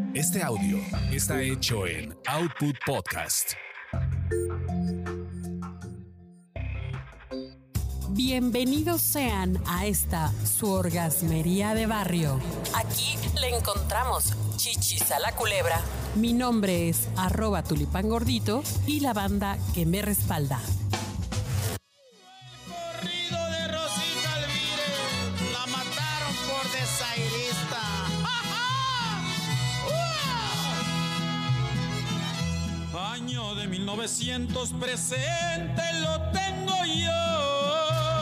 Este audio está hecho en Output Podcast. Bienvenidos sean a esta su orgasmería de barrio. Aquí le encontramos chichis a la culebra. Mi nombre es @tulipangordito y la banda que me respalda. Corrido de Rosita Alvírez, la mataron por desairista. Año de 1900 presente lo tengo yo.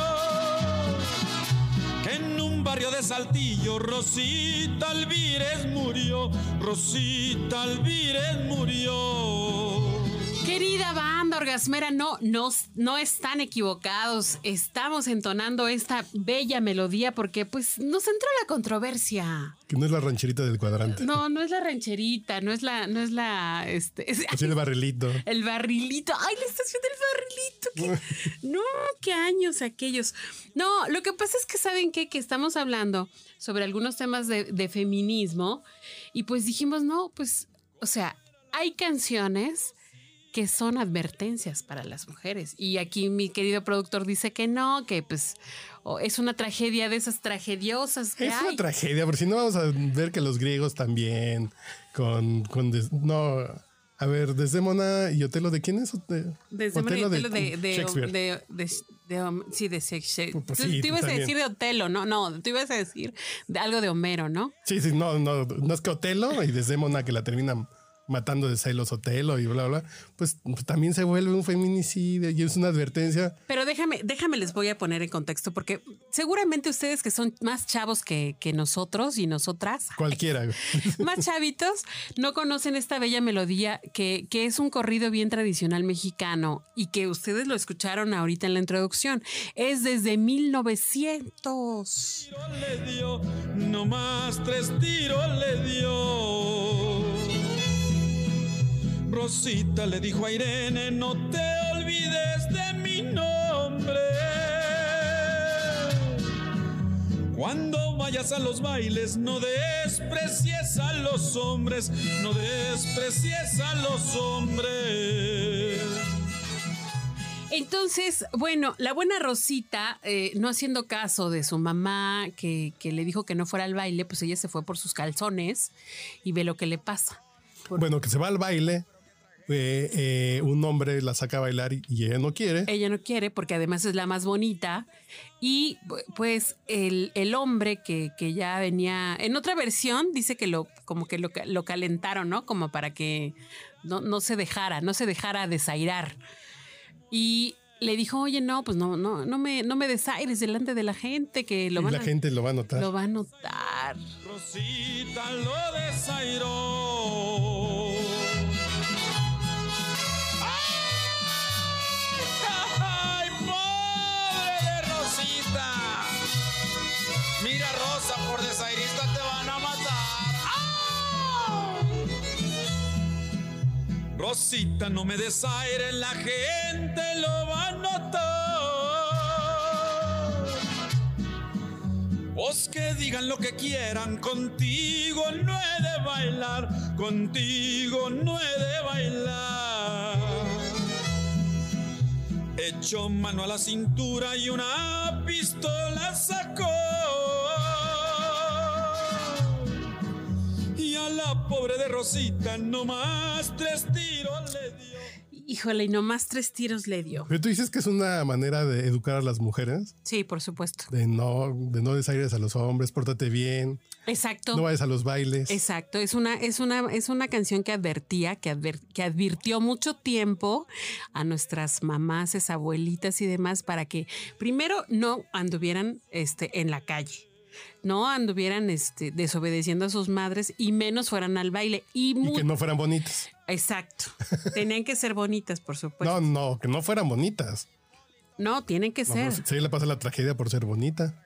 En un barrio de Saltillo, Rosita Alvírez murió. Rosita Alvírez murió. Querida banda orgasmera, no están equivocados. Estamos entonando esta bella melodía porque pues nos entró la controversia. Que no es la rancherita del cuadrante. No es la rancherita, no es la Así el barrilito. El barrilito. Ay, la estación del barrilito. No, qué años aquellos. No, lo que pasa es que ¿saben qué? Que estamos hablando sobre algunos temas de feminismo y pues dijimos, no, pues, o sea, hay canciones que son advertencias para las mujeres. Y aquí mi querido productor dice que no, que pues es una tragedia de esas tragediosas que es hay. una tragedia, porque si no vamos a ver que los griegos también a ver, Desdémona y Otelo, ¿de quién es? Desdémona y Otelo de Shakespeare. Sí, de Shakespeare. Pues sí, tú ibas también. a decir de Otelo, no, tú ibas a decir de algo de Homero, ¿no? Sí, no es que Otelo y Desdémona que la terminan matando de celos Otelo y bla, bla, pues también se vuelve un feminicidio y es una advertencia. Pero déjame les voy a poner en contexto porque seguramente ustedes que son más chavos que nosotros y nosotras. Cualquiera. Más chavitos no conocen esta bella melodía que es un corrido bien tradicional mexicano y que ustedes lo escucharon ahorita en la introducción. Es desde 1900. Le dio, no más 3 tiros le dio. Rosita le dijo a Irene, no te olvides de mi nombre. Cuando vayas a los bailes, no desprecies a los hombres, no desprecies a los hombres. Entonces, bueno, la buena Rosita, no haciendo caso de su mamá que le dijo que no fuera al baile, pues ella se fue por sus calzones y ve lo que le pasa. Bueno, que se va al baile. Un hombre la saca a bailar y ella no quiere. Ella no quiere porque además es la más bonita. Y pues el hombre que ya venía en otra versión dice que lo calentaron, ¿no? Como para que no se dejara desairar. Y le dijo, oye, no, pues no me desaires delante de la gente que la gente lo va a notar. Lo va a notar. Rosita lo desairó. Mira, Rosa, por desairista te van a matar. ¡Ah! Rosita, no me desaires, la gente lo va a notar. Vos que digan lo que quieran, contigo no he de bailar, contigo no he de bailar. Echó mano a la cintura y una pistola sacó. Y a la pobre de Rosita nomás 3 tiros le dio. Híjole, y nomás 3 tiros le dio. Pero tú dices que es una manera de educar a las mujeres. Sí, por supuesto. De no desaires a los hombres, pórtate bien. Exacto. No vayas a los bailes. Exacto. Es una canción que advirtió mucho tiempo a nuestras mamás, abuelitas y demás para que primero no anduvieran en la calle. No anduvieran desobedeciendo a sus madres y menos fueran al baile. Y que no fueran bonitas. Exacto. Tenían que ser bonitas, por supuesto. No, que no fueran bonitas. No, tienen que ser. Pues, sí, le pasa la tragedia por ser bonita.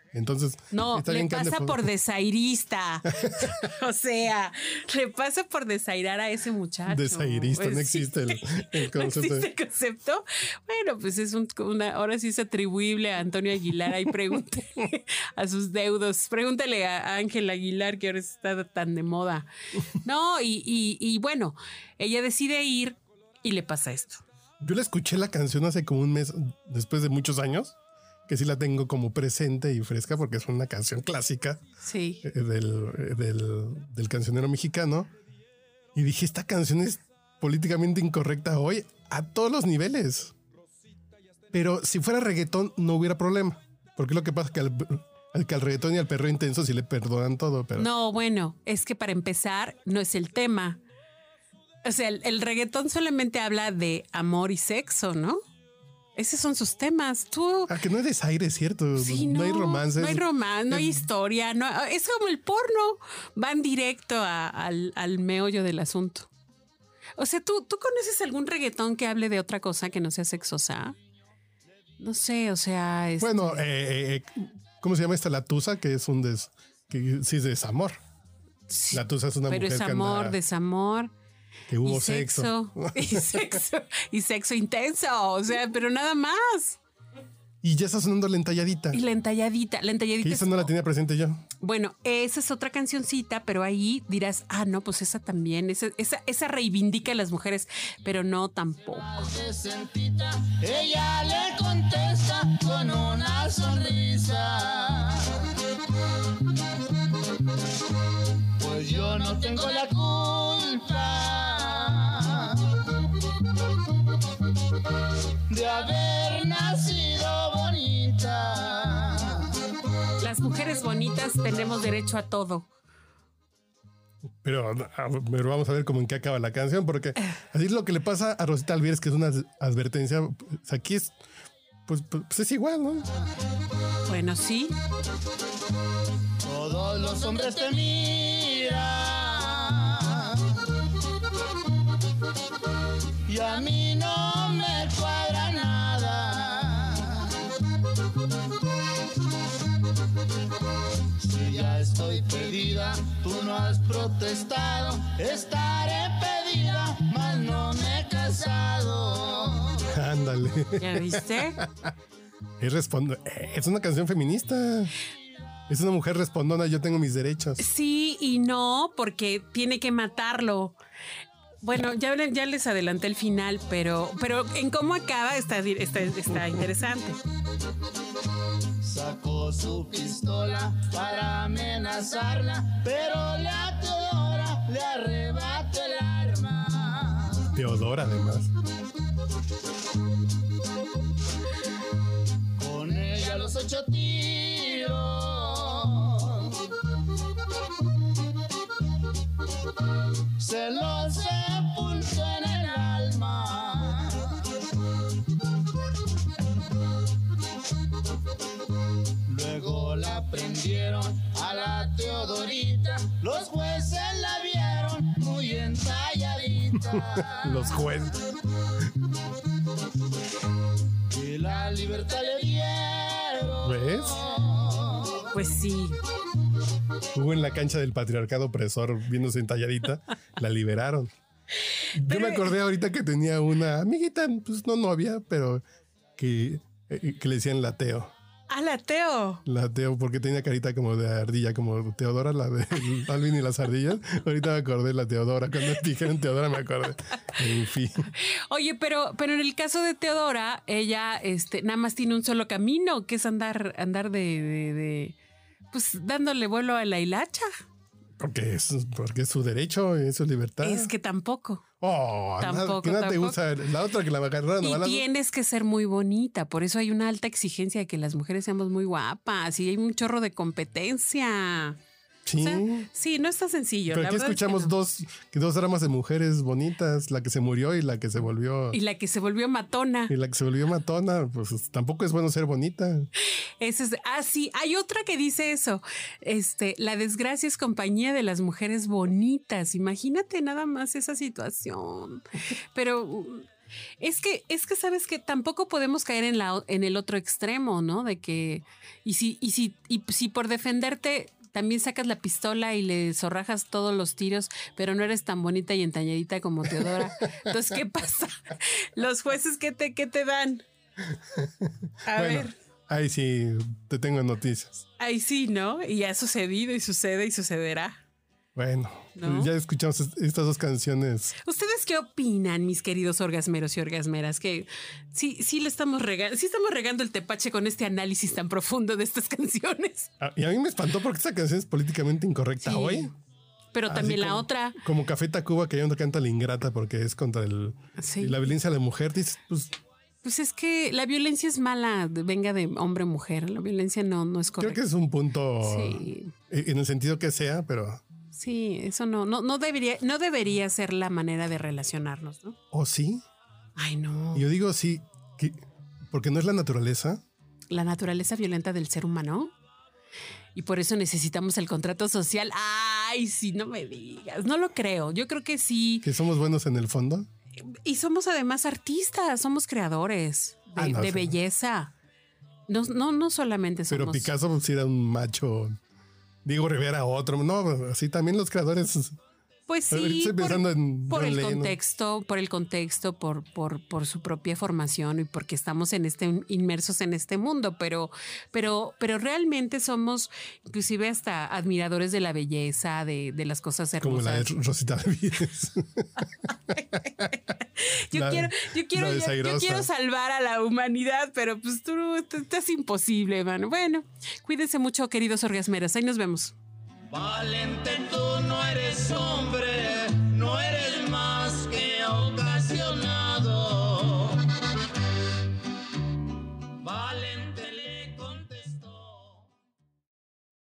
Entonces, No, está le bien que ande pasa por desairista. O sea, le pasa por desairar a ese muchacho. Desairista, no existe el concepto. ¿No existe el concepto? Bueno, pues es ahora sí es atribuible a Antonio Aguilar. Ahí pregúntale a sus deudos. Pregúntale a Ángel Aguilar, que ahora está tan de moda. No, y bueno, ella decide ir y le pasa esto. Yo le escuché la canción hace como un mes, después de muchos años, que sí la tengo como presente y fresca porque es una canción clásica Sí. del cancionero mexicano. Y dije, esta canción es políticamente incorrecta hoy a todos los niveles. Pero si fuera reggaetón no hubiera problema. Porque lo que pasa es que al reggaetón y al perreo intenso sí le perdonan todo. Pero... No, bueno, es que para empezar no es el tema. O sea, el reggaetón solamente habla de amor y sexo, ¿no? Esos son sus temas. Tú... que no es desaire, ¿cierto? Sí, no hay romance. No hay romance, no hay historia. No, es como el porno. Van directo al meollo del asunto. O sea, ¿tú conoces algún reggaetón que hable de otra cosa que no sea sexosa? No sé, o sea... Bueno, ¿cómo se llama esta? La tusa, que es que sí es desamor. Sí, la tusa es una mujer pero es amor, desamor. Que hubo y sexo. Y sexo intenso. O sea, pero nada más. Y ya está sonando la entalladita. Y la entalladita. Que esa no la tenía presente yo. Bueno, esa es otra cancioncita, pero ahí dirás, no, pues esa también, esa reivindica a las mujeres, pero no tampoco. Ella le contesta con una sonrisa. Pues yo no tengo la culpa de haber nacido bonita. Las mujeres bonitas tenemos derecho a todo. Pero vamos a ver cómo en qué acaba la canción, porque así es lo que le pasa a Rosita Alvírez, que es una advertencia. Pues aquí es, pues es igual, ¿no? Bueno, sí. Todos los hombres te miran y a mí no me cuadra nada. Si ya estoy pedida, tú no has protestado. Estaré pedida, mas no me he casado. Ándale. ¿Ya viste? Es una canción feminista. Es una mujer respondona, yo tengo mis derechos. Sí y no, porque tiene que matarlo. Bueno, ya les adelanté el final, pero en cómo acaba está interesante. Sacó su pistola para amenazarla, pero la Teodora le arrebata el arma. Teodora, además. Con ella los 8 tiros. Se los sepultó en el alma. Luego la prendieron a la Teodorita. Los jueces la vieron muy entalladita. Los jueces. Y la libertad le dieron. ¿Ves? Pues sí. Hubo en la cancha del patriarcado opresor viéndose entalladita, la liberaron. Yo me acordé ahorita que tenía una amiguita, pues no novia, pero que le decían la Teo. La Teo. La Teo, porque tenía carita como de ardilla, como Teodora, la de Alvin y las ardillas. Ahorita me acordé de la Teodora. Cuando dijeron Teodora me acordé. En fin. Oye, pero en el caso de Teodora, ella nada más tiene un solo camino, que es andar de pues dándole vuelo a la hilacha. Porque es su derecho, es su libertad. Es que tampoco. Tampoco. Que nada te gusta. La otra que la agarraron. Y tienes que ser muy bonita. Por eso hay una alta exigencia de que las mujeres seamos muy guapas. Y hay un chorro de competencia. Sí. O sea, sí, no está sencillo. Pero aquí escuchamos dos dramas de mujeres bonitas, la que se murió y la que se volvió. Y la que se volvió matona. Y la que se volvió matona, pues tampoco es bueno ser bonita. Sí, hay otra que dice eso. La desgracia es compañía de las mujeres bonitas. Imagínate nada más esa situación. Pero Es que sabes que tampoco podemos caer en el otro extremo, ¿no? De que, y si por defenderte también sacas la pistola y le zorrajas todos los tiros, pero no eres tan bonita y entañadita como Teodora. Entonces, ¿qué pasa? Los jueces, ¿qué te dan? A ver. Ahí sí, te tengo noticias. Ahí sí, ¿no? Y ha sucedido y sucede y sucederá. Bueno, ¿no? Ya escuchamos estas dos canciones. ¿Ustedes qué opinan, mis queridos orgasmeros y orgasmeras? Que sí le estamos regando el tepache con este análisis tan profundo de estas canciones. Y a mí me espantó porque esta canción es políticamente incorrecta hoy. Pero Así también la como, otra. Como Café Tacuba, que ya no canta la ingrata porque es contra la violencia de la mujer. Dices, pues es que la violencia es mala, venga de hombre o mujer. La violencia no es correcta. Creo que es un punto en el sentido que sea, pero... Sí, eso no debería ser la manera de relacionarnos, ¿no? ¿O sí? Ay, no. Yo digo sí, porque no es la naturaleza. La naturaleza violenta del ser humano. Y por eso necesitamos el contrato social. Ay, sí, no me digas. No lo creo. Yo creo que sí. Que somos buenos en el fondo. Y somos además artistas, somos creadores de belleza. No solamente somos... Pero Picasso sí era un macho... Diego Rivera otro. No, así también los creadores. Pues sí, estoy pensando por el contexto, por su propia formación y porque estamos inmersos en este mundo, pero realmente somos inclusive hasta admiradores de la belleza, de las cosas hermosas. Como la de Rosita Benavides. Yo quiero salvar a la humanidad, pero pues tú estás imposible, mano. Bueno, cuídense mucho, queridos orgasmeras. Ahí nos vemos. Valente, tú no eres hombre.